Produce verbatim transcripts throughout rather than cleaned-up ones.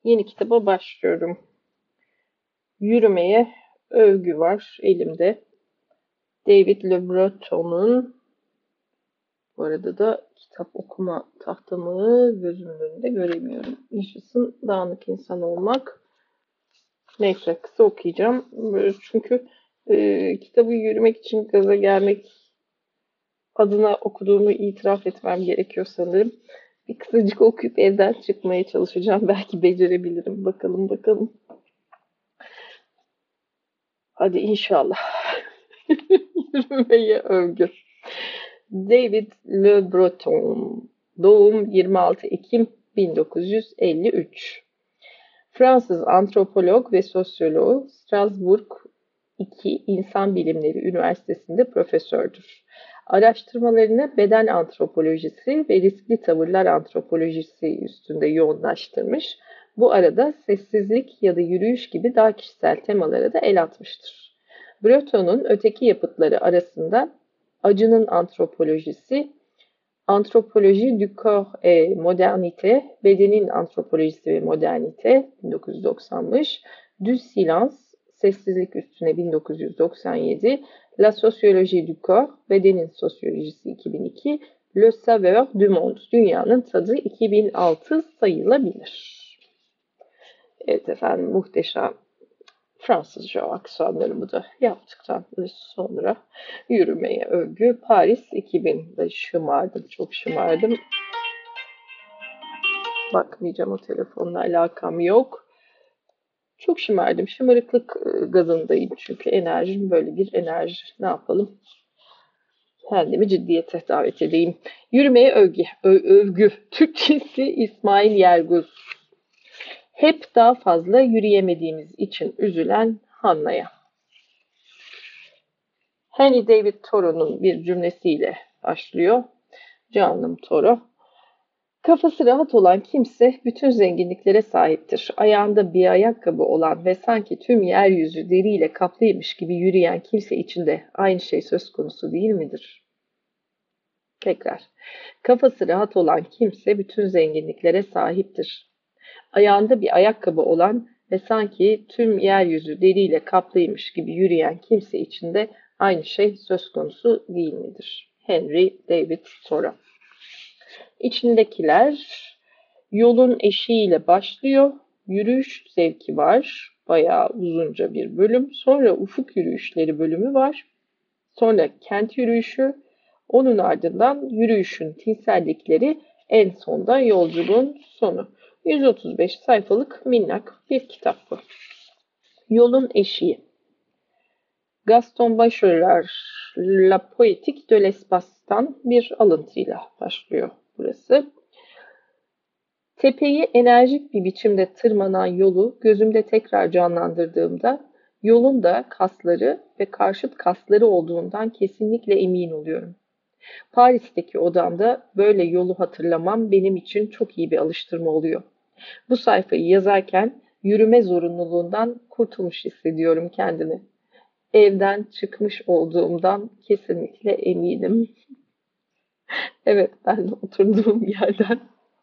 Yeni kitaba başlıyorum. Yürümeye övgü var elimde. David Le Breton'un, bu arada da kitap okuma tahtamı gözümün önünde göremiyorum. Yaşasın dağınık insan olmak. Neyse kısa okuyacağım. Çünkü e, kitabı yürümek için gaza gelmek adına okuduğumu itiraf etmem gerekiyor sanırım. Bir kısacık okuyup evden çıkmaya çalışacağım. Belki becerebilirim. Bakalım bakalım. Hadi inşallah. Yürümeye övgü. David Le Breton. Doğum yirmi altı Ekim bin dokuz yüz elli üç. Fransız antropolog ve sosyolog, Strasbourg iki İnsan Bilimleri Üniversitesi'nde profesördür. Araştırmalarını beden antropolojisi ve riskli tavırlar antropolojisi üstünde yoğunlaştırmış. Bu arada sessizlik ya da yürüyüş gibi daha kişisel temalara da el atmıştır. Breton'un öteki yapıtları arasında acının antropolojisi, Antropoloji du corps et modernité, bedenin antropolojisi ve modernite bin dokuz yüz doksanmış, Du silence, sessizlik üstüne bin dokuz yüz doksan yedi, La sociologie du corps, bedenin sosyolojisi iki bin iki, Le saveur du monde, dünyanın tadı iki bin altı sayılabilir. Evet efendim, muhteşem Fransızca aksanlarımı da yaptıktan sonra yürümeye övgü. Paris iki bin. Şımardım, çok şımardım. Bakmayacağım, o telefonla alakam yok. Çok şımardım. Şımarıklık gazındayım çünkü enerjim böyle bir enerji. Ne yapalım? Kendimi ciddiyete davet edeyim. Yürümeye övgü. Ö- övgü. Türkçesi İsmail Yerguz. Hep daha fazla yürüyemediğimiz için üzülen Hanna'ya. Henry David Thoreau'nun bir cümlesiyle başlıyor. Canım Thoreau. Kafası rahat olan kimse bütün zenginliklere sahiptir. Ayağında bir ayakkabı olan ve sanki tüm yeryüzü deriyle kaplıymış gibi yürüyen kimse için de aynı şey söz konusu değil midir? Tekrar. Kafası rahat olan kimse bütün zenginliklere sahiptir. Ayağında bir ayakkabı olan ve sanki tüm yeryüzü deriyle kaplıymış gibi yürüyen kimse için de aynı şey söz konusu değil midir? Henry David Thoreau. İçindekiler yolun eşiğiyle başlıyor. Yürüyüş zevki var. Bayağı uzunca bir bölüm. Sonra ufuk yürüyüşleri bölümü var. Sonra kent yürüyüşü. Onun ardından yürüyüşün tinsellikleri, en sonda yolculuğun sonu. yüz otuz beş sayfalık minnak bir kitap bu. Yolun eşiği. Gaston Bachelard, La Poétique de l'Espace'tan bir alıntıyla başlıyor burası. Tepeyi enerjik bir biçimde tırmanan yolu gözümde tekrar canlandırdığımda yolun da kasları ve karşıt kasları olduğundan kesinlikle emin oluyorum. Paris'teki odamda böyle yolu hatırlamam benim için çok iyi bir alıştırma oluyor. Bu sayfayı yazarken yürüme zorunluluğundan kurtulmuş hissediyorum kendimi. Evden çıkmış olduğumdan kesinlikle eminim. Evet, ben de oturduğum yerden,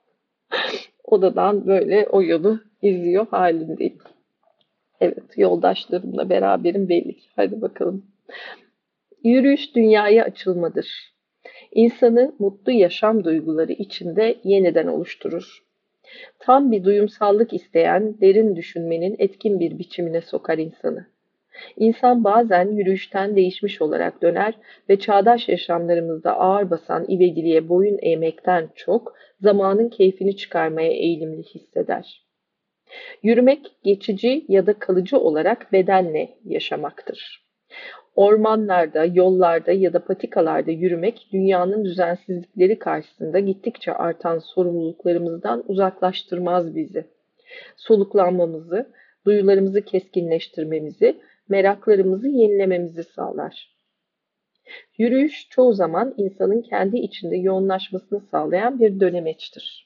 odadan böyle o yolu izliyor halindeyim. Evet, yoldaşlarımla beraberim belli ki. Hadi bakalım. Yürüyüş dünyaya açılmadır. İnsanı mutlu yaşam duyguları içinde yeniden oluşturur. Tam bir duyumsallık isteyen derin düşünmenin etkin bir biçimine sokar insanı. İnsan bazen yürüyüşten değişmiş olarak döner ve çağdaş yaşamlarımızda ağır basan iveciliğe boyun eğmekten çok zamanın keyfini çıkarmaya eğilimli hisseder. Yürümek geçici ya da kalıcı olarak bedenle yaşamaktır. Ormanlarda, yollarda ya da patikalarda yürümek dünyanın düzensizlikleri karşısında gittikçe artan sorumluluklarımızdan uzaklaştırmaz bizi. Soluklanmamızı, duyularımızı keskinleştirmemizi, meraklarımızı yenilememizi sağlar. Yürüyüş çoğu zaman insanın kendi içinde yoğunlaşmasını sağlayan bir dönemeçtir.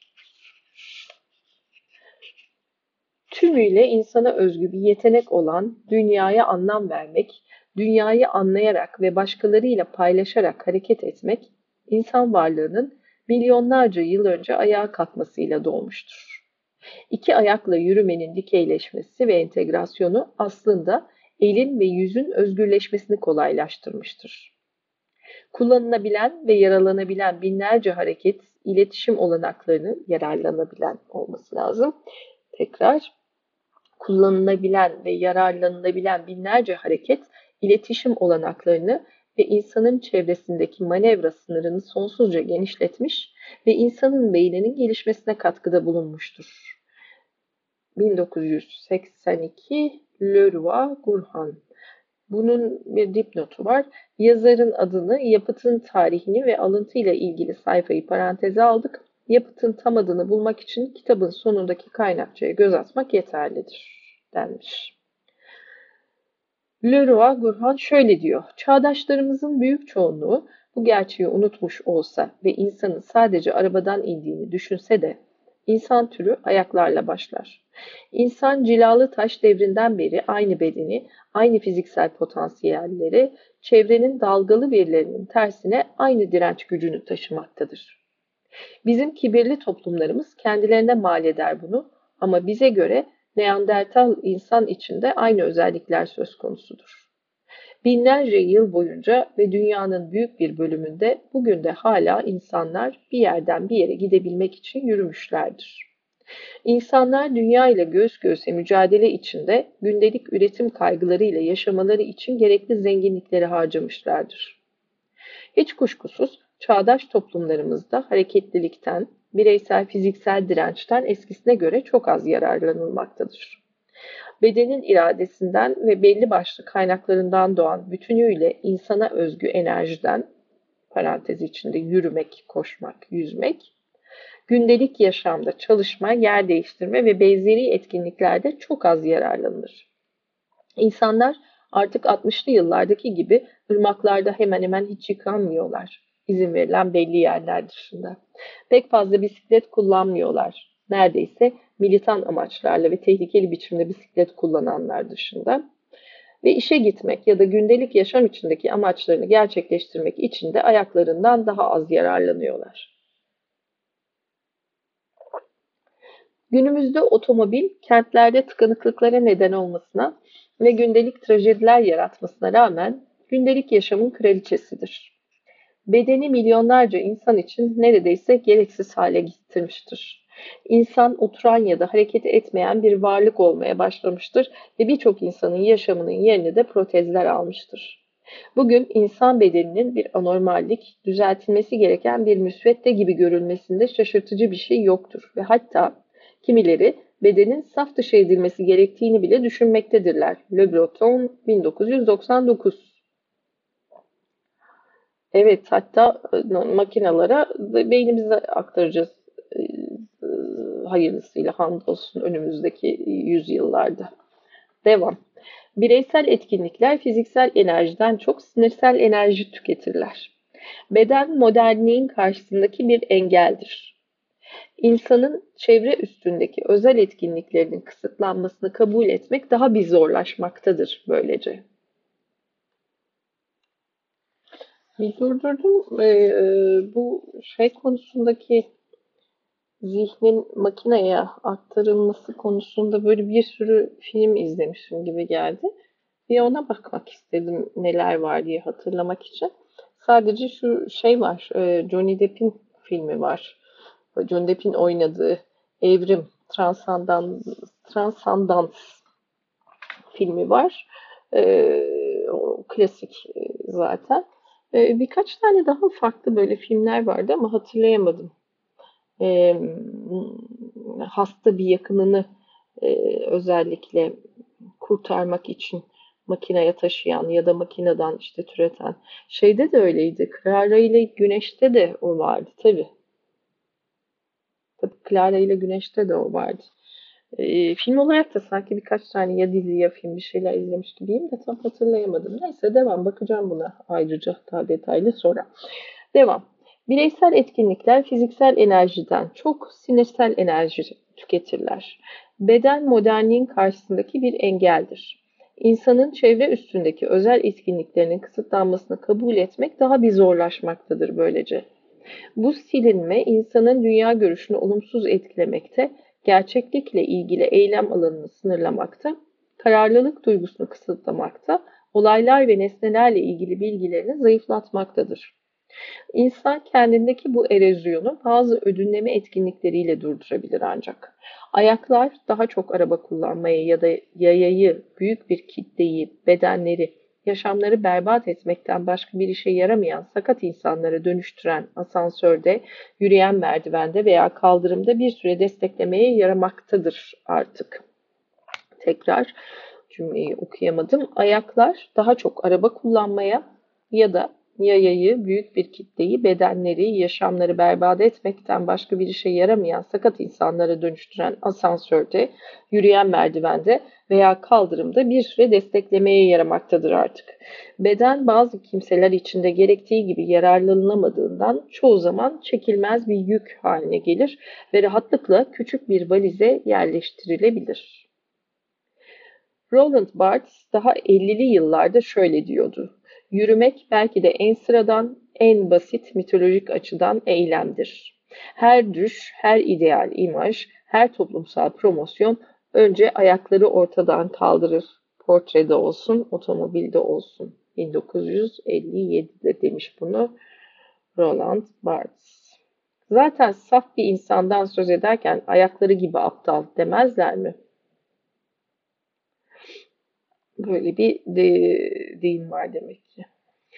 Tümüyle insana özgü bir yetenek olan dünyaya anlam vermek, dünyayı anlayarak ve başkalarıyla paylaşarak hareket etmek, insan varlığının milyonlarca yıl önce ayağa kalkmasıyla doğmuştur. İki ayakla yürümenin dikeyleşmesi ve entegrasyonu aslında elin ve yüzün özgürleşmesini kolaylaştırmıştır. Kullanılabilen ve yararlanabilen binlerce hareket, iletişim olanaklarını yararlanabilen olması lazım. Tekrar, kullanılabilen ve yararlanılabilen binlerce hareket, iletişim olanaklarını ve insanın çevresindeki manevra sınırını sonsuzca genişletmiş ve insanın beyninin gelişmesine katkıda bulunmuştur. bin dokuz yüz seksen iki Leroy-Gourhan. Bunun bir dipnotu var. Yazarın adını, yapıtın tarihini ve alıntıyla ilgili sayfayı paranteze aldık. Yapıtın tam adını bulmak için kitabın sonundaki kaynakçaya göz atmak yeterlidir denmiş. Leroy-Gourhan şöyle diyor. Çağdaşlarımızın büyük çoğunluğu bu gerçeği unutmuş olsa ve insanın sadece arabadan indiğini düşünse de insan türü ayaklarla başlar. İnsan cilalı taş devrinden beri aynı bedeni, aynı fiziksel potansiyelleri, çevrenin dalgalı verilerinin tersine aynı direnç gücünü taşımaktadır. Bizim kibirli toplumlarımız kendilerine mal eder bunu ama bize göre Neandertal insan içinde aynı özellikler söz konusudur. Binlerce yıl boyunca ve dünyanın büyük bir bölümünde bugün de hala insanlar bir yerden bir yere gidebilmek için yürümüşlerdir. İnsanlar dünya ile göğüs göğüse mücadele içinde gündelik üretim kaygılarıyla yaşamaları için gerekli zenginlikleri harcamışlardır. Hiç kuşkusuz çağdaş toplumlarımızda hareketlilikten, bireysel fiziksel dirençten eskisine göre çok az yararlanılmaktadır. Bedenin iradesinden ve belli başlı kaynaklarından doğan bütünüyle insana özgü enerjiden, parantez içinde yürümek, koşmak, yüzmek, gündelik yaşamda çalışma, yer değiştirme ve benzeri etkinliklerde çok az yararlanılır. İnsanlar artık altmışlı yıllardaki gibi ırmaklarda hemen hemen hiç yıkanmıyorlar. İzin verilen belli yerler dışında. Pek fazla bisiklet kullanmıyorlar. Neredeyse militan amaçlarla ve tehlikeli biçimde bisiklet kullananlar dışında. Ve işe gitmek ya da gündelik yaşam içindeki amaçlarını gerçekleştirmek için de ayaklarından daha az yararlanıyorlar. Günümüzde otomobil kentlerde tıkanıklıklara neden olmasına ve gündelik trajediler yaratmasına rağmen gündelik yaşamın kraliçesidir. Bedeni milyonlarca insan için neredeyse gereksiz hale getirmiştir. İnsan oturan ya da hareket etmeyen bir varlık olmaya başlamıştır ve birçok insanın yaşamının yerini de protezler almıştır. Bugün insan bedeninin bir anormallik, düzeltilmesi gereken bir müsvedde gibi görülmesinde şaşırtıcı bir şey yoktur ve hatta kimileri bedenin saf dışı edilmesi gerektiğini bile düşünmektedirler. Le Breton bin dokuz yüz doksan dokuz. Evet, hatta makinalara beynimize aktaracağız hayırlısıyla hamdolsun önümüzdeki yüzyıllarda. Devam. Bireysel etkinlikler fiziksel enerjiden çok sinirsel enerji tüketirler. Beden modernliğin karşısındaki bir engeldir. İnsanın çevre üstündeki özel etkinliklerinin kısıtlanmasını kabul etmek daha bir zorlaşmaktadır böylece. Bir durdurdum. Ee, bu şey konusundaki zihnin makineye aktarılması konusunda böyle bir sürü film izlemişim gibi geldi. Bir ona bakmak istedim neler var diye hatırlamak için. Sadece şu şey var, Johnny Depp'in filmi var. Johnny Depp'in oynadığı Evrim, Transandans, Transandans filmi var. O klasik zaten. Birkaç tane daha farklı böyle filmler vardı ama hatırlayamadım. E, hasta bir yakınını e, özellikle kurtarmak için makineye taşıyan ya da makineden işte türeten. Şeyde de öyleydi. Clara ile Güneş'te de o vardı tabii. Tabii Clara ile Güneş'te de o vardı. E, film olarak da sanki birkaç tane ya dizi ya film bir şeyler izlemiş gibiyim de tam hatırlayamadım. Neyse devam. Bakacağım buna ayrıca daha detaylı sonra. Devam. Bireysel etkinlikler fiziksel enerjiden çok sinirsel enerji tüketirler. Beden modernliğin karşısındaki bir engeldir. İnsanın çevre üstündeki özel etkinliklerinin kısıtlanmasını kabul etmek daha bir zorlaşmaktadır böylece. Bu silinme insanın dünya görüşünü olumsuz etkilemekte, gerçeklikle ilgili eylem alanını sınırlamakta, kararlılık duygusunu kısıtlamakta, olaylar ve nesnelerle ilgili bilgilerini zayıflatmaktadır. İnsan kendindeki bu erozyonu bazı ödünleme etkinlikleriyle durdurabilir ancak. Ayaklar daha çok araba kullanmayı ya da yayayı, büyük bir kitleyi, bedenleri, yaşamları berbat etmekten başka bir işe yaramayan sakat insanlara dönüştüren asansörde, yürüyen merdivende veya kaldırımda bir süre desteklemeye yaramaktadır artık. Tekrar cümleyi okuyamadım. Ayaklar daha çok araba kullanmaya ya da yayayı, büyük bir kitleyi, bedenleri, yaşamları berbat etmekten başka bir işe yaramayan sakat insanlara dönüştüren asansörde, yürüyen merdivende veya kaldırımda bir süre desteklemeye yaramaktadır artık. Beden bazı kimseler içinde gerektiği gibi yararlanılamadığından çoğu zaman çekilmez bir yük haline gelir ve rahatlıkla küçük bir valize yerleştirilebilir. Roland Barthes daha ellili yıllarda şöyle diyordu: "Yürümek belki de en sıradan, en basit mitolojik açıdan eylemdir. Her düş, her ideal imaj, her toplumsal promosyon önce ayakları ortadan kaldırır. Portrede olsun, otomobilde olsun." bin dokuz yüz elli yedide demiş bunu Roland Barthes. Zaten saf bir insandan söz ederken ayakları gibi aptal demezler mi? Böyle bir de, deyim var demek ki.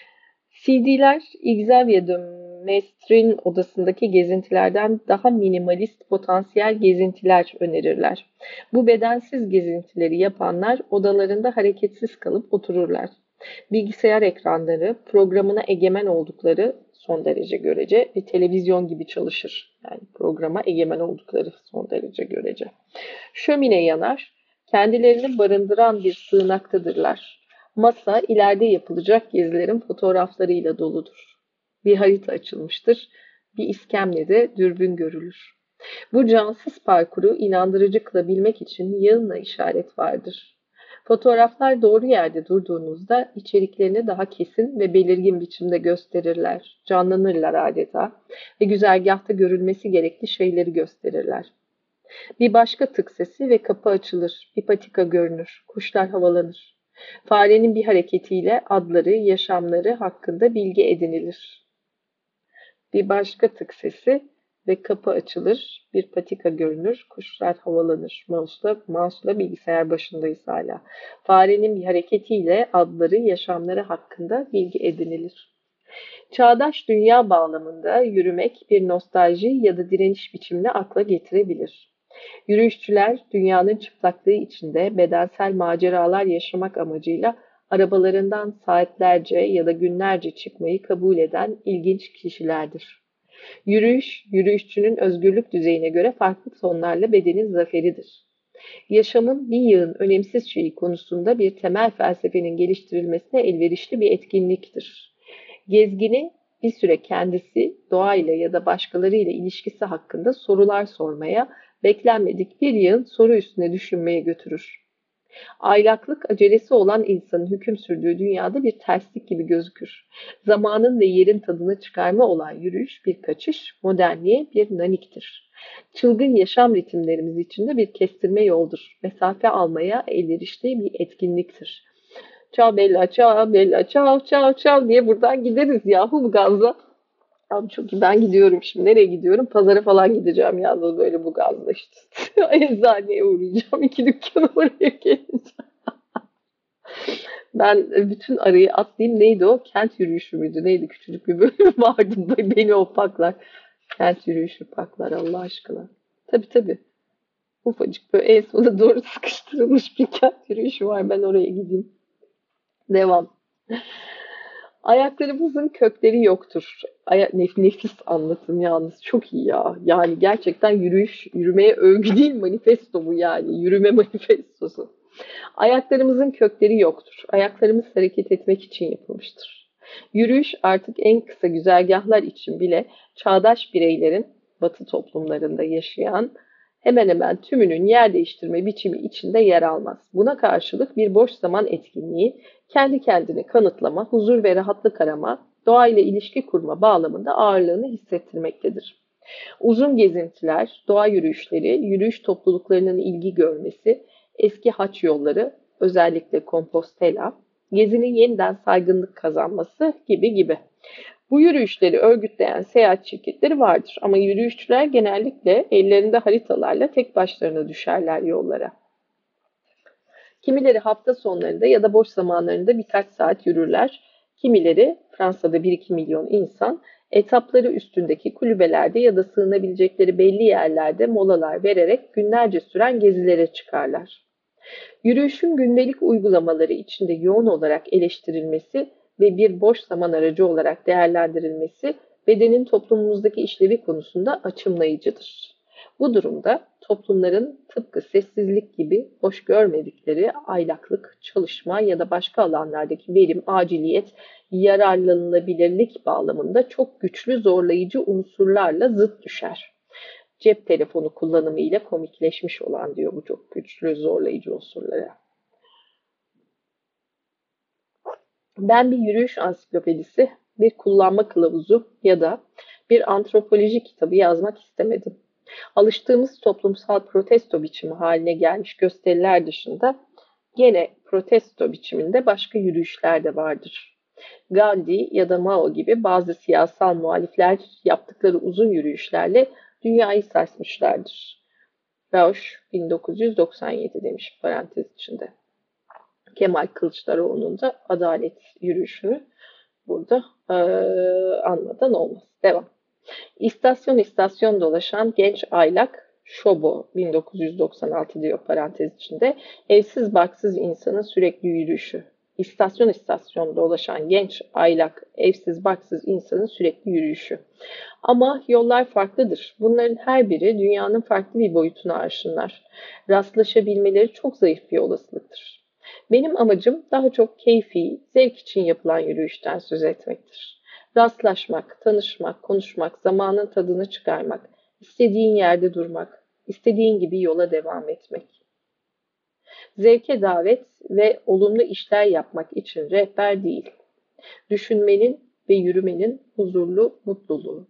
C D'ler Xavier de Maistre'in odasındaki gezintilerden daha minimalist potansiyel gezintiler önerirler. Bu bedensiz gezintileri yapanlar odalarında hareketsiz kalıp otururlar. Bilgisayar ekranları programına egemen oldukları son derece görece ve televizyon gibi çalışır. Yani programa egemen oldukları son derece görece. Şömine yanar, kendilerini barındıran bir sığınaktadırlar. Masa ileride yapılacak gezilerin fotoğraflarıyla doludur. Bir harita açılmıştır, bir iskemlede dürbün görülür. Bu cansız parkuru inandırıcı kılabilmek için yığınla işaret vardır. Fotoğraflar doğru yerde durduğunuzda içeriklerini daha kesin ve belirgin biçimde gösterirler, canlanırlar adeta ve güzergahta görülmesi gerekli şeyleri gösterirler. Bir başka tık sesi ve kapı açılır, bir patika görünür, kuşlar havalanır. Farenin bir hareketiyle adları, yaşamları hakkında bilgi edinilir. Bir başka tık sesi ve kapı açılır, bir patika görünür, kuşlar havalanır. Mouse'la, mouse'la bilgisayar başındayız hala. Farenin bir hareketiyle adları, yaşamları hakkında bilgi edinilir. Çağdaş dünya bağlamında yürümek bir nostalji ya da direniş biçimini akla getirebilir. Yürüyüşçüler dünyanın çıplaklığı içinde bedensel maceralar yaşamak amacıyla arabalarından saatlerce ya da günlerce çıkmayı kabul eden ilginç kişilerdir. Yürüyüş, yürüyüşçünün özgürlük düzeyine göre farklı tonlarla bedenin zaferidir. Yaşamın bir yığın önemsiz şeyi konusunda bir temel felsefenin geliştirilmesine elverişli bir etkinliktir. Gezgini bir süre kendisi, doğayla ya da başkalarıyla ilişkisi hakkında sorular sormaya, beklenmedik bir yığın soru üstüne düşünmeye götürür. Aylaklık acelesi olan insanın hüküm sürdüğü dünyada bir terslik gibi gözükür. Zamanın ve yerin tadını çıkarma olan yürüyüş bir kaçış, modernliğe bir naniktir. Çılgın yaşam ritimlerimiz içinde bir kestirme yoldur. Mesafe almaya elverişli bir etkinliktir. Çao Bella, çao Bella, çao çao çao diye buradan gideriz yahu bu gazla. Abi çok iyi. Ben gidiyorum şimdi. Nereye gidiyorum? Pazara falan gideceğim yalnız böyle bu gazla işte. Eczaneye uğrayacağım. İki dükkan oraya geleceğim. Ben bütün arayı atlayayım. Neydi o? Kent yürüyüşü müydü? Neydi? Küçücük bir bölüm vardı. Beni o paklar. Kent yürüyüşü paklar Allah aşkına. Tabii tabii. Ufacık böyle en sona doğru sıkıştırılmış bir kent yürüyüşü var. Ben oraya gideyim. Devam. Ayaklarımızın kökleri yoktur. Aya nef nefis anlatım yalnız. Çok iyi ya. Yani gerçekten yürüyüş, yürümeye övgü değil manifesto bu yani. Yürüme manifestosu. Ayaklarımızın kökleri yoktur. Ayaklarımız hareket etmek için yapılmıştır. Yürüyüş artık en kısa güzergahlar için bile çağdaş bireylerin Batı toplumlarında yaşayan hemen hemen tümünün yer değiştirme biçimi içinde yer almaz. Buna karşılık bir boş zaman etkinliği, kendi kendini kanıtlama, huzur ve rahatlık arama, doğayla ilişki kurma bağlamında ağırlığını hissettirmektedir. Uzun gezintiler, doğa yürüyüşleri, yürüyüş topluluklarının ilgi görmesi, eski haç yolları, özellikle Compostela, gezinin yeniden saygınlık kazanması gibi gibi. Bu yürüyüşleri örgütleyen seyahat şirketleri vardır ama yürüyüşçüler genellikle ellerinde haritalarla tek başlarına düşerler yollara. Kimileri hafta sonlarında ya da boş zamanlarında birkaç saat yürürler. Kimileri, Fransa'da bir iki milyon insan, etapları üstündeki kulübelerde ya da sığınabilecekleri belli yerlerde molalar vererek günlerce süren gezilere çıkarlar. Yürüyüşün gündelik uygulamaları içinde yoğun olarak eleştirilmesi ve bir boş zaman aracı olarak değerlendirilmesi bedenin toplumumuzdaki işlevi konusunda açımlayıcıdır. Bu durumda toplumların tıpkı sessizlik gibi hoş görmedikleri aylaklık, çalışma ya da başka alanlardaki verim, aciliyet, yararlanılabilirlik bağlamında çok güçlü zorlayıcı unsurlarla zıt düşer. Cep telefonu kullanımı ile komikleşmiş olan diyor bu çok güçlü zorlayıcı unsurlara. Ben bir yürüyüş ansiklopedisi, bir kullanma kılavuzu ya da bir antropoloji kitabı yazmak istemedim. Alıştığımız toplumsal protesto biçimi haline gelmiş gösteriler dışında gene protesto biçiminde başka yürüyüşler de vardır. Gandhi ya da Mao gibi bazı siyasal muhalifler yaptıkları uzun yürüyüşlerle dünyayı sarsmışlardır. Rausch bin dokuz yüz doksan yedi demiş parantez içinde. Kemal Kılıçdaroğlu'nun da adalet yürüyüşünü burada e, anmadan olmaz. Devam. İstasyon istasyon dolaşan genç aylak Şobo bin dokuz yüz doksan altı diyor parantez içinde. Evsiz barksız insanın sürekli yürüyüşü. İstasyon istasyon dolaşan genç aylak evsiz barksız insanın sürekli yürüyüşü. Ama yollar farklıdır. Bunların her biri dünyanın farklı bir boyutunu aşınlar. Rastlaşabilmeleri çok zayıf bir olasılıktır. Benim amacım daha çok keyfi, zevk için yapılan yürüyüşten söz etmektir. Rastlaşmak, tanışmak, konuşmak, zamanın tadını çıkarmak, istediğin yerde durmak, istediğin gibi yola devam etmek. Zevke davet ve olumlu işler yapmak için rehber değil. Düşünmenin ve yürümenin huzurlu mutluluğu.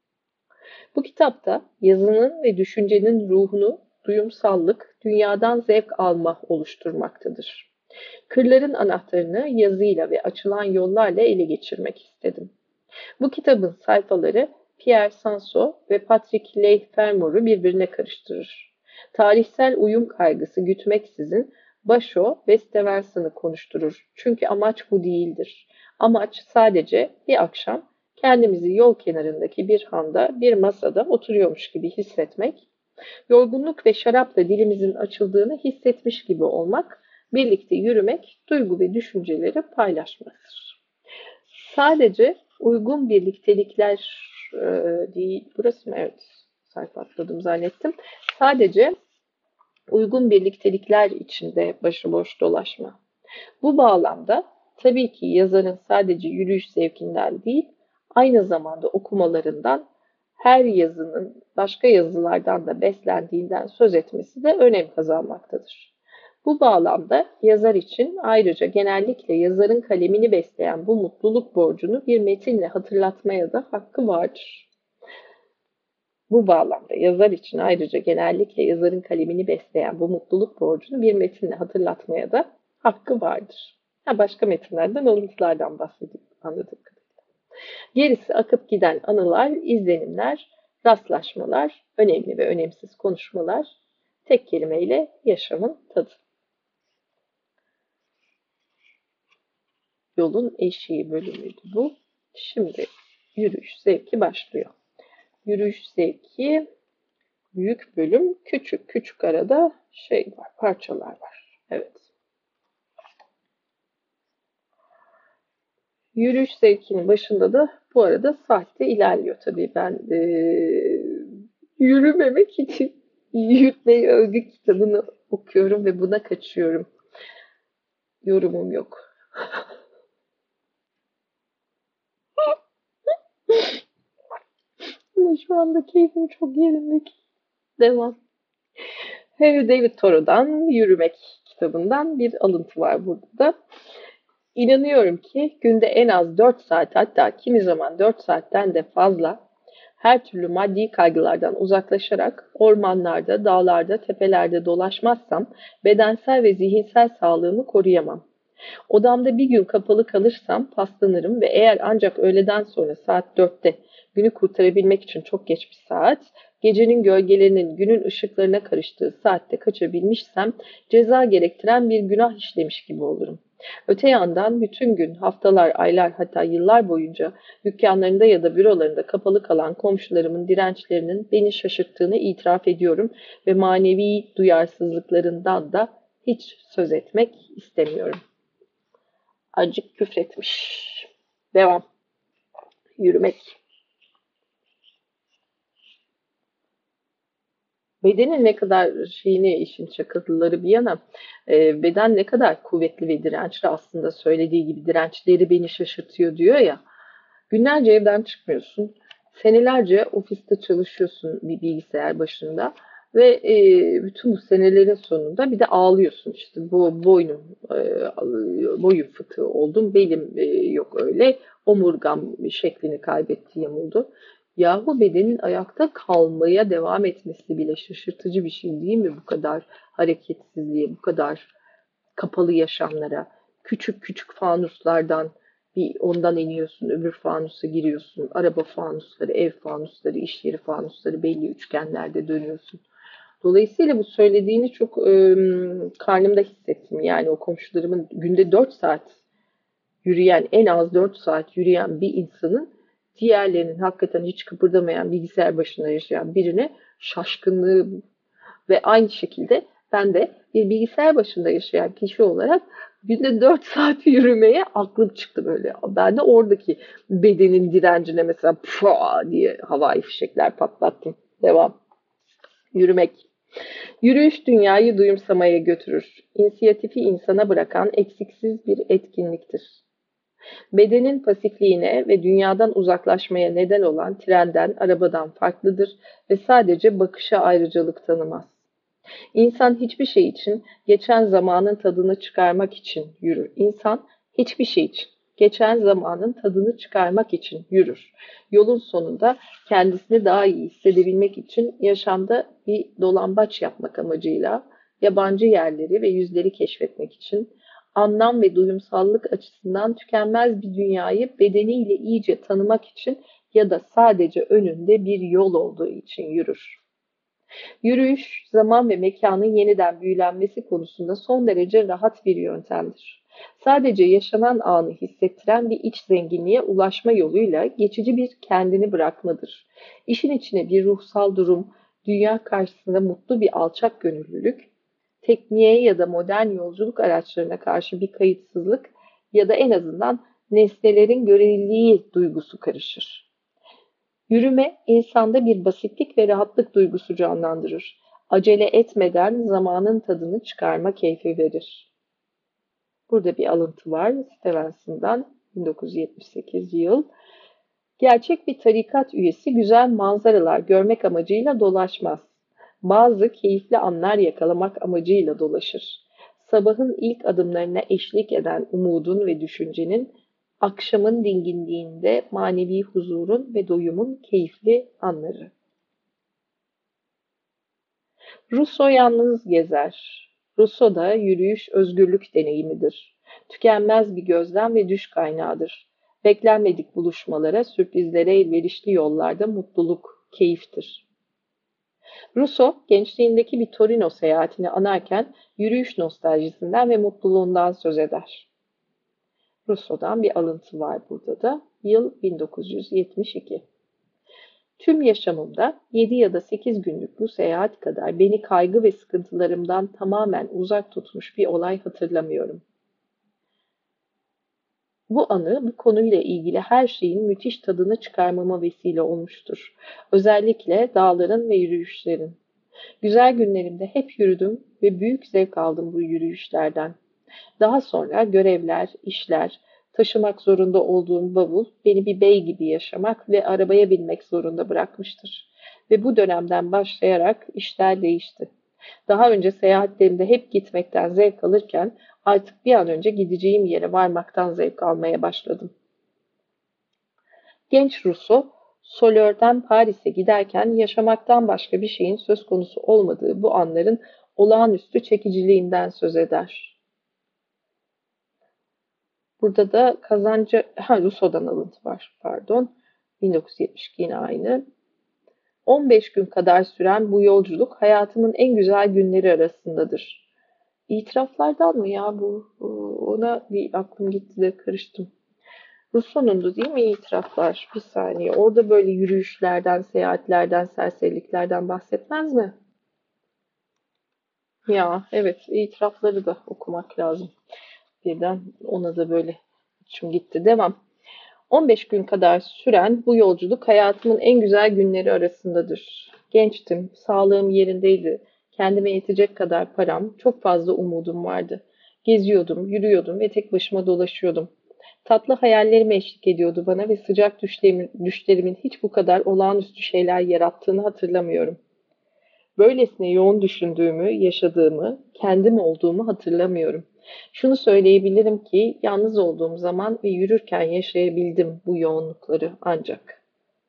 Bu kitapta yazının ve düşüncenin ruhunu duyumsallık, dünyadan zevk alma oluşturmaktadır. Kırların anahtarını yazıyla ve açılan yollarla ele geçirmek istedim. Bu kitabın sayfaları Pierre Sanso ve Patrick Leigh-Fermor'u birbirine karıştırır. Tarihsel uyum kaygısı gütmeksizin Basho ve Stevenson'ı konuşturur. Çünkü amaç bu değildir. Amaç sadece bir akşam kendimizi yol kenarındaki bir handa, bir masada oturuyormuş gibi hissetmek, yorgunluk ve şarapla dilimizin açıldığını hissetmiş gibi olmak, birlikte yürümek, duygu ve düşünceleri paylaşmaktır. Sadece uygun birliktelikler e, değil, burası mı? Evet, sayfa atladım zannettim. Sadece uygun birliktelikler içinde başıboş dolaşma. Bu bağlamda tabii ki yazarın sadece yürüyüş zevkinden değil, aynı zamanda okumalarından, her yazının başka yazılardan da beslendiğinden söz etmesi de önem kazanmaktadır. Bu bağlamda yazar için ayrıca genellikle yazarın kalemini besleyen bu mutluluk borcunu bir metinle hatırlatmaya da hakkı vardır. Bu bağlamda yazar için ayrıca genellikle yazarın kalemini besleyen bu mutluluk borcunu bir metinle hatırlatmaya da hakkı vardır. Ha, başka metinlerden, alıntılardan bahsedeyim anladığım kadarıyla. Gerisi akıp giden anılar, izlenimler, rastlaşmalar, önemli ve önemsiz konuşmalar, tek kelimeyle yaşamın tadı. Yolun eşiği bölümüydü bu. Şimdi yürüyüş zevki başlıyor. Yürüyüş zevki büyük bölüm, küçük küçük arada şey var, parçalar var. Evet. Yürüyüş zevkinin başında da bu arada saatte ilerliyor tabii. Ben e, yürümemek için yürütmeyi övgü kitabını okuyorum ve buna kaçıyorum. Yorumum yok. Ama şu anda keyfim çok yerindeki. Devam. Henry David Thoreau'dan Yürümek kitabından bir alıntı var burada da. İnanıyorum ki günde en az dört saat, hatta kimi zaman dört saatten de fazla Her türlü maddi kaygılardan uzaklaşarak ormanlarda, dağlarda, tepelerde dolaşmazsam bedensel ve zihinsel sağlığımı koruyamam. Odamda bir gün kapalı kalırsam paslanırım ve eğer ancak öğleden sonra saat dörtte günü kurtarabilmek için çok geç bir saat, gecenin gölgelerinin günün ışıklarına karıştığı saatte kaçabilmişsem ceza gerektiren bir günah işlemiş gibi olurum. Öte yandan bütün gün, haftalar, aylar hatta yıllar boyunca dükkanlarında ya da bürolarında kapalı kalan komşularımın dirençlerinin beni şaşırttığını itiraf ediyorum ve manevi duyarsızlıklarından da hiç söz etmek istemiyorum. Acık küfretmiş. Devam. Yürümek. Bedenin ne kadar şeyini, işin şakaları bir yana, e, beden ne kadar kuvvetli ve dirençli, aslında söylediği gibi dirençleri beni şaşırtıyor diyor ya. Günlerce evden çıkmıyorsun. Senelerce ofiste çalışıyorsun bir bilgisayar başında. Ve e, bütün bu senelerin sonunda bir de ağlıyorsun işte, bu boynum e, boyun fıtığı oldum, belim e, yok öyle, omurgam şeklini kaybetti, yamuldu. Yahu bedenin ayakta kalmaya devam etmesi bile şaşırtıcı bir şey değil mi, bu kadar hareketsizliğe, bu kadar kapalı yaşamlara, küçük küçük fanuslardan bir ondan iniyorsun, öbür fanusa giriyorsun, araba fanusları, ev fanusları, iş yeri fanusları, belli üçgenlerde dönüyorsun. Dolayısıyla bu söylediğini çok e, karnımda hissettim. Yani o komşularımın günde dört saat yürüyen, en az dört saat yürüyen bir insanın diğerlerinin hakikaten hiç kıpırdamayan, bilgisayar başında yaşayan birine şaşkınlığı. Ve aynı şekilde ben de bir bilgisayar başında yaşayan kişi olarak günde dört saat yürümeye aklım çıktı böyle. Ben de oradaki bedenin direncine mesela pua diye havai fişekler patlattım. Devam. Yürümek. Yürüyüş dünyayı duyumsamaya götürür. İnisiyatifi insana bırakan eksiksiz bir etkinliktir. Bedenin pasifliğine ve dünyadan uzaklaşmaya neden olan trenden, arabadan farklıdır ve sadece bakışa ayrıcalık tanımaz. İnsan hiçbir şey için geçen zamanın tadını çıkarmak için yürür. İnsan hiçbir şey için geçen zamanın tadını çıkarmak için yürür. Yolun sonunda kendisini daha iyi hissedebilmek için yaşamda bir dolambaç yapmak amacıyla yabancı yerleri ve yüzleri keşfetmek için anlam ve duyumsallık açısından tükenmez bir dünyayı bedeniyle iyice tanımak için ya da sadece önünde bir yol olduğu için yürür. Yürüyüş, zaman ve mekanın yeniden büyülenmesi konusunda son derece rahat bir yöntemdir. Sadece yaşanan anı hissettiren bir iç zenginliğe ulaşma yoluyla geçici bir kendini bırakmadır. İşin içine bir ruhsal durum, dünya karşısında mutlu bir alçak gönüllülük, tekniğe ya da modern yolculuk araçlarına karşı bir kayıtsızlık ya da en azından nesnelerin göreliliği duygusu karışır. Yürüme, insanda bir basitlik ve rahatlık duygusu canlandırır. Acele etmeden zamanın tadını çıkarma keyfi verir. Burada bir alıntı var Stevenson'dan, bin dokuz yüz yetmiş sekiz yıl. Gerçek bir tarikat üyesi güzel manzaralar görmek amacıyla dolaşmaz. Bazı keyifli anlar yakalamak amacıyla dolaşır. Sabahın ilk adımlarına eşlik eden umudun ve düşüncenin, akşamın dinginliğinde manevi huzurun ve doyumun keyifli anları. Rousseau yalnız gezer. Rousseau'da yürüyüş özgürlük deneyimidir. Tükenmez bir gözlem ve düş kaynağıdır. Beklenmedik buluşmalara, sürprizlere elverişli yollarda mutluluk, keyiftir. Rousseau, gençliğindeki bir Torino seyahatini anarken yürüyüş nostaljisinden ve mutluluğundan söz eder. Rousseau'dan bir alıntı var burada da. Yıl bin dokuz yüz yetmiş iki. Tüm yaşamımda yedi ya da sekiz günlük bu seyahat kadar beni kaygı ve sıkıntılarımdan tamamen uzak tutmuş bir olay hatırlamıyorum. Bu anı bu konuyla ilgili her şeyin müthiş tadını çıkarmama vesile olmuştur. Özellikle dağların ve yürüyüşlerin. Güzel günlerimde hep yürüdüm ve büyük zevk aldım bu yürüyüşlerden. Daha sonra görevler, işler, taşımak zorunda olduğum bavul beni bir bey gibi yaşamak ve arabaya binmek zorunda bırakmıştır. Ve bu dönemden başlayarak işler değişti. Daha önce seyahatlerimde hep gitmekten zevk alırken artık bir an önce gideceğim yere varmaktan zevk almaya başladım. Genç Rousseau, Solör'den Paris'e giderken yaşamaktan başka bir şeyin söz konusu olmadığı bu anların olağanüstü çekiciliğinden söz eder. Burada da kazancı, ha Rousseau'dan alıntı var, pardon. bin dokuz yüz yetmiş iki yine aynı. on beş gün kadar süren bu yolculuk hayatımın en güzel günleri arasındadır. İtiraflardan mı ya bu? Ona bir aklım gitti de karıştım. Rousseau'nundu değil mi itiraflar? Bir saniye. Orada böyle yürüyüşlerden, seyahatlerden, serseriliklerden bahsetmez mi? Ya evet, itirafları da okumak lazım. Birden ona da böyle içim gitti. Devam. on beş gün kadar süren bu yolculuk hayatımın en güzel günleri arasındadır. Gençtim, sağlığım yerindeydi, kendime yetecek kadar param, çok fazla umudum vardı. Geziyordum, yürüyordum ve tek başıma dolaşıyordum. Tatlı hayallerim eşlik ediyordu bana ve sıcak düşlerimin, düşlerimin hiç bu kadar olağanüstü şeyler yarattığını hatırlamıyorum. Böylesine yoğun düşündüğümü, yaşadığımı, kendim olduğumu hatırlamıyorum. Şunu söyleyebilirim ki yalnız olduğum zaman ve yürürken yaşayabildim bu yoğunlukları ancak.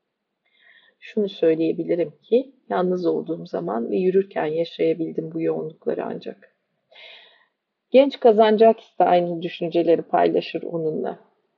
Şunu söyleyebilirim ki yalnız olduğum zaman ve yürürken yaşayabildim bu yoğunlukları ancak. Genç Kazancakis de aynı düşünceleri paylaşır onunla.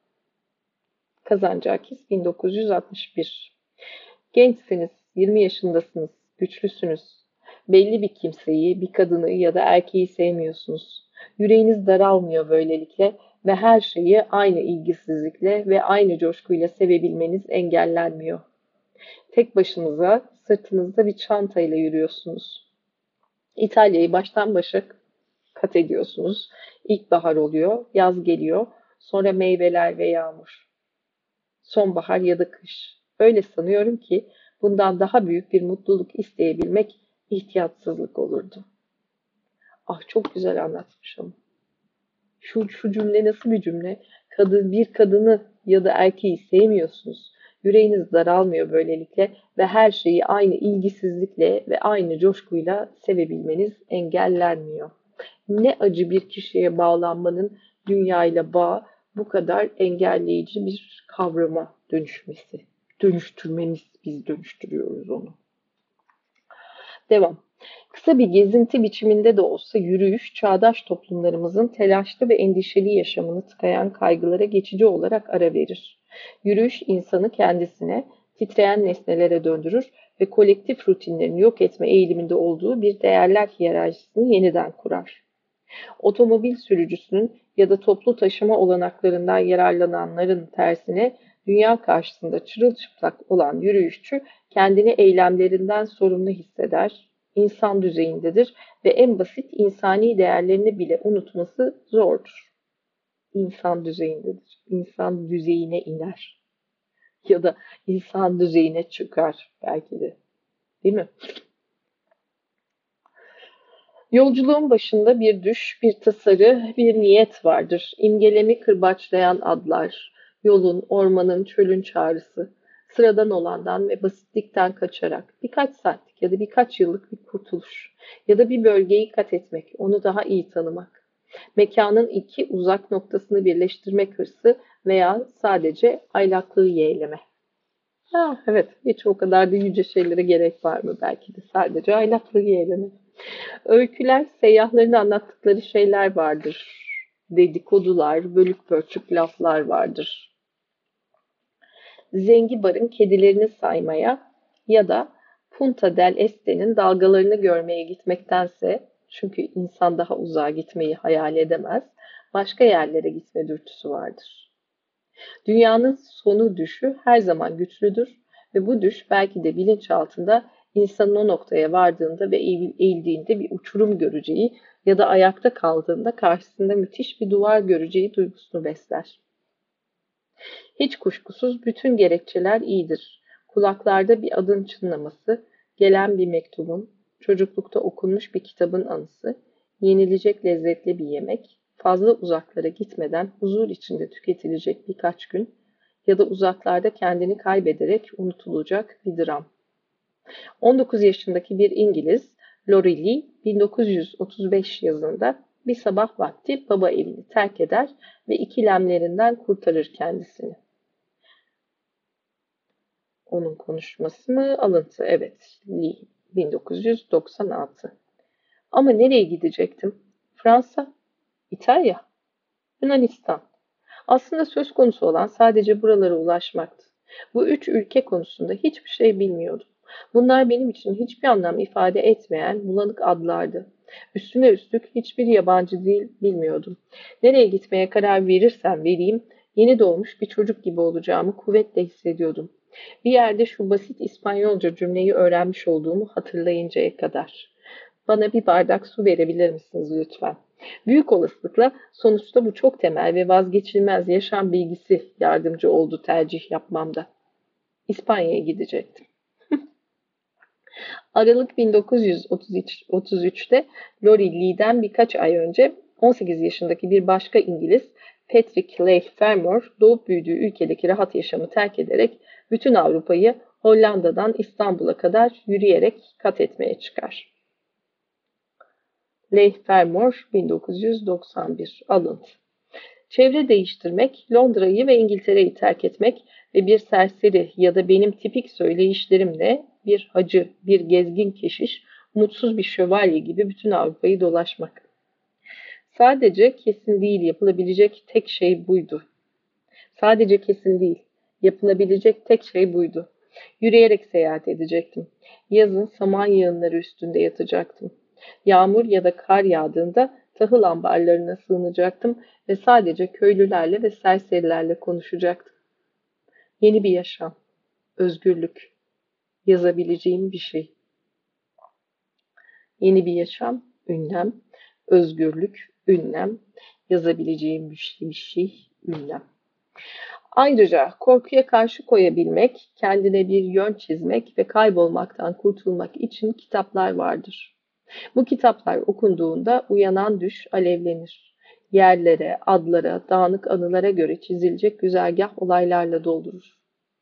Kazancakis bin dokuz yüz altmış bir. Gençsiniz, yirmi yaşındasınız, güçlüsünüz. Belli bir kimseyi, bir kadını ya da erkeği sevmiyorsunuz. Yüreğiniz daralmıyor böylelikle ve her şeyi aynı ilgisizlikle ve aynı coşkuyla sevebilmeniz engellenmiyor. Tek başınıza, sırtınızda bir çantayla yürüyorsunuz. İtalya'yı baştan başa kat ediyorsunuz. İlkbahar oluyor, yaz geliyor, sonra meyveler ve yağmur. Sonbahar ya da kış. Öyle sanıyorum ki bundan daha büyük bir mutluluk isteyebilmek ihtiyatsızlık olurdu. Ah çok güzel anlatmış ama. Şu, şu cümle nasıl bir cümle? Kadın, bir kadını ya da erkeği sevmiyorsunuz. Yüreğiniz daralmıyor böylelikle ve her şeyi aynı ilgisizlikle ve aynı coşkuyla sevebilmeniz engellenmiyor. Ne acı bir kişiye bağlanmanın dünyayla bağ bu kadar engelleyici bir kavrama dönüşmesi. Dönüştürmemiz, biz dönüştürüyoruz onu. Devam. Kısa bir gezinti biçiminde de olsa yürüyüş, çağdaş toplumlarımızın telaşlı ve endişeli yaşamını tıkayan kaygılara geçici olarak ara verir. Yürüyüş insanı kendisine, titreyen nesnelere döndürür ve kolektif rutinlerini yok etme eğiliminde olduğu bir değerler hiyerarşisini yeniden kurar. Otomobil sürücüsünün ya da toplu taşıma olanaklarından yararlananların tersine dünya karşısında çırılçıplak olan yürüyüşçü kendini eylemlerinden sorumlu hisseder, insan düzeyindedir ve en basit insani değerlerini bile unutması zordur. İnsan düzeyindedir. İnsan düzeyine iner. Ya da insan düzeyine çıkar belki de. Değil mi? Yolculuğun başında bir düş, bir tasarı, bir niyet vardır. İmgelemi kırbaçlayan adlar, yolun, ormanın, çölün çağrısı, sıradan olandan ve basitlikten kaçarak birkaç saatlik ya da birkaç yıllık bir kurtuluş ya da bir bölgeyi kat etmek, onu daha iyi tanımak. Mekanın iki uzak noktasını birleştirmek hırsı veya sadece aylaklığı yeğleme. Ha, evet, hiç o kadar da yüce şeylere gerek var mı belki de sadece aylaklığı yeğleme. Öyküler, seyyahların anlattıkları şeyler vardır. Dedikodular, bölük pörçük laflar vardır. Zengibar'ın kedilerini saymaya ya da Punta del Este'nin dalgalarını görmeye gitmektense, çünkü insan daha uzağa gitmeyi hayal edemez, başka yerlere gitme dürtüsü vardır. Dünyanın sonu düşü her zaman güçlüdür ve bu düş belki de bilinçaltında insanın o noktaya vardığında ve eğildiğinde bir uçurum göreceği ya da ayakta kaldığında karşısında müthiş bir duvar göreceği duygusunu besler. Hiç kuşkusuz bütün gerekçeler iyidir. Kulaklarda bir adın çınlaması, gelen bir mektubun, çocuklukta okunmuş bir kitabın anısı, yenilecek lezzetli bir yemek, fazla uzaklara gitmeden huzur içinde tüketilecek birkaç gün ya da uzaklarda kendini kaybederek unutulacak bir dram. on dokuz yaşındaki bir İngiliz, Laurie Lee, bin dokuz yüz otuz beş yazında bir sabah vakti baba evini terk eder ve ikilemlerinden kurtarır kendisini. onun konuşması mı? Alıntı. Evet. Lee. bin dokuz yüz doksan altı. Ama nereye gidecektim? Fransa, İtalya, Yunanistan. Aslında söz konusu olan sadece buralara ulaşmaktı. Bu üç ülke konusunda hiçbir şey bilmiyordum. Bunlar benim için hiçbir anlam ifade etmeyen bulanık adlardı. Üstüne üstlük hiçbir yabancı dil bilmiyordum. Nereye gitmeye karar verirsem vereyim, yeni doğmuş bir çocuk gibi olacağımı kuvvetle hissediyordum. Bir yerde şu basit İspanyolca cümleyi öğrenmiş olduğumu hatırlayıncaya kadar. Bana bir bardak su verebilir misiniz lütfen? Büyük olasılıkla sonuçta bu çok temel ve vazgeçilmez yaşam bilgisi yardımcı oldu tercih yapmamda. İspanya'ya gidecektim. Aralık bin dokuz yüz otuz üçte Lori Lee'den birkaç ay önce on sekiz yaşındaki bir başka İngiliz, Patrick Leigh Fermor, doğup büyüdüğü ülkedeki rahat yaşamı terk ederek bütün Avrupa'yı Hollanda'dan İstanbul'a kadar yürüyerek kat etmeye çıkar. Leigh Fermor bin dokuz yüz doksan bir. Alıntı. Çevre değiştirmek, Londra'yı ve İngiltere'yi terk etmek ve bir serseri ya da benim tipik söyleyişlerimle bir hacı, bir gezgin keşiş, mutsuz bir şövalye gibi bütün Avrupa'yı dolaşmak. Sadece kesin değil, yapılabilecek tek şey buydu. Sadece kesin değil, yapılabilecek tek şey buydu. Yürüyerek seyahat edecektim. Yazın saman yığınları üstünde yatacaktım. Yağmur ya da kar yağdığında tahıl ambarlarına sığınacaktım ve sadece köylülerle ve serserilerle konuşacaktım. Yeni bir yaşam, özgürlük, yazabileceğim bir şey. Yeni bir yaşam, ünlem, özgürlük, ünlem, yazabileceğim bir şey, bir şey, ünlem. Ayrıca korkuya karşı koyabilmek, kendine bir yön çizmek ve kaybolmaktan kurtulmak için kitaplar vardır. Bu kitaplar okunduğunda uyanan düş alevlenir. Yerlere, adlara, dağınık anılara göre çizilecek güzergah olaylarla doldurur.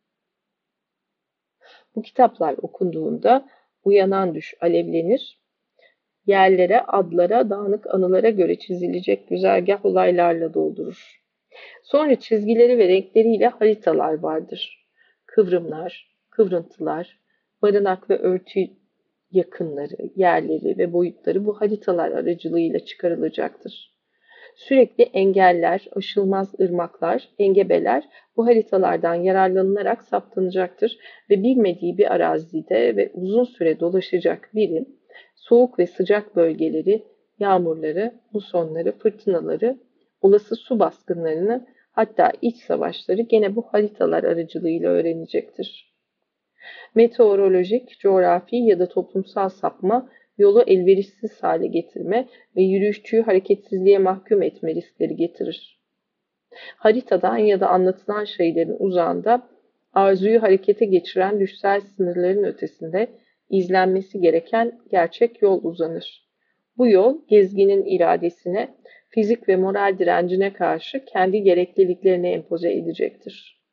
Bu kitaplar okunduğunda uyanan düş alevlenir. Yerlere, adlara, dağınık anılara göre çizilecek güzergah olaylarla doldurur. Sonra çizgileri ve renkleriyle haritalar vardır. Kıvrımlar, kıvrıntılar, barınak ve örtü yakınları, yerleri ve boyutları bu haritalar aracılığıyla çıkarılacaktır. Sürekli engeller, aşılmaz ırmaklar, engebeler bu haritalardan yararlanılarak saptanacaktır ve bilmediği bir arazide ve uzun süre dolaşacak biri, soğuk ve sıcak bölgeleri, yağmurları, musonları, fırtınaları, olası su baskınlarını, hatta iç savaşları gene bu haritalar aracılığıyla öğrenecektir. Meteorolojik, coğrafi ya da toplumsal sapma, yolu elverişsiz hale getirme ve yürüyüşçüyü hareketsizliğe mahkum etme riskleri getirir. Haritadan ya da anlatılan şeylerin uzağında, arzuyu harekete geçiren düşsel sınırların ötesinde izlenmesi gereken gerçek yol uzanır. Bu yol, gezginin iradesine, fizik ve moral direncine karşı kendi gerekliliklerini empoze edecektir.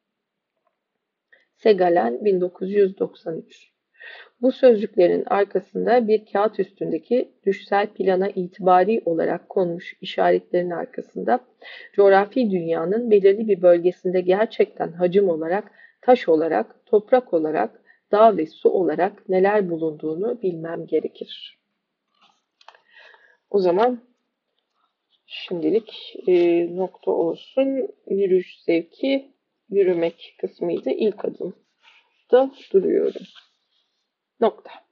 Segalen bin dokuz yüz doksan üç. Bu sözcüklerin arkasında bir kağıt üstündeki düşsel plana itibari olarak konmuş işaretlerin arkasında coğrafi dünyanın belirli bir bölgesinde gerçekten hacim olarak, taş olarak, toprak olarak, dağ ve su olarak neler bulunduğunu bilmem gerekir. O zaman şimdilik e, nokta olsun. Yürüyüş zevki, yürümek kısmıydı. İlk adımda duruyorum. Nokta.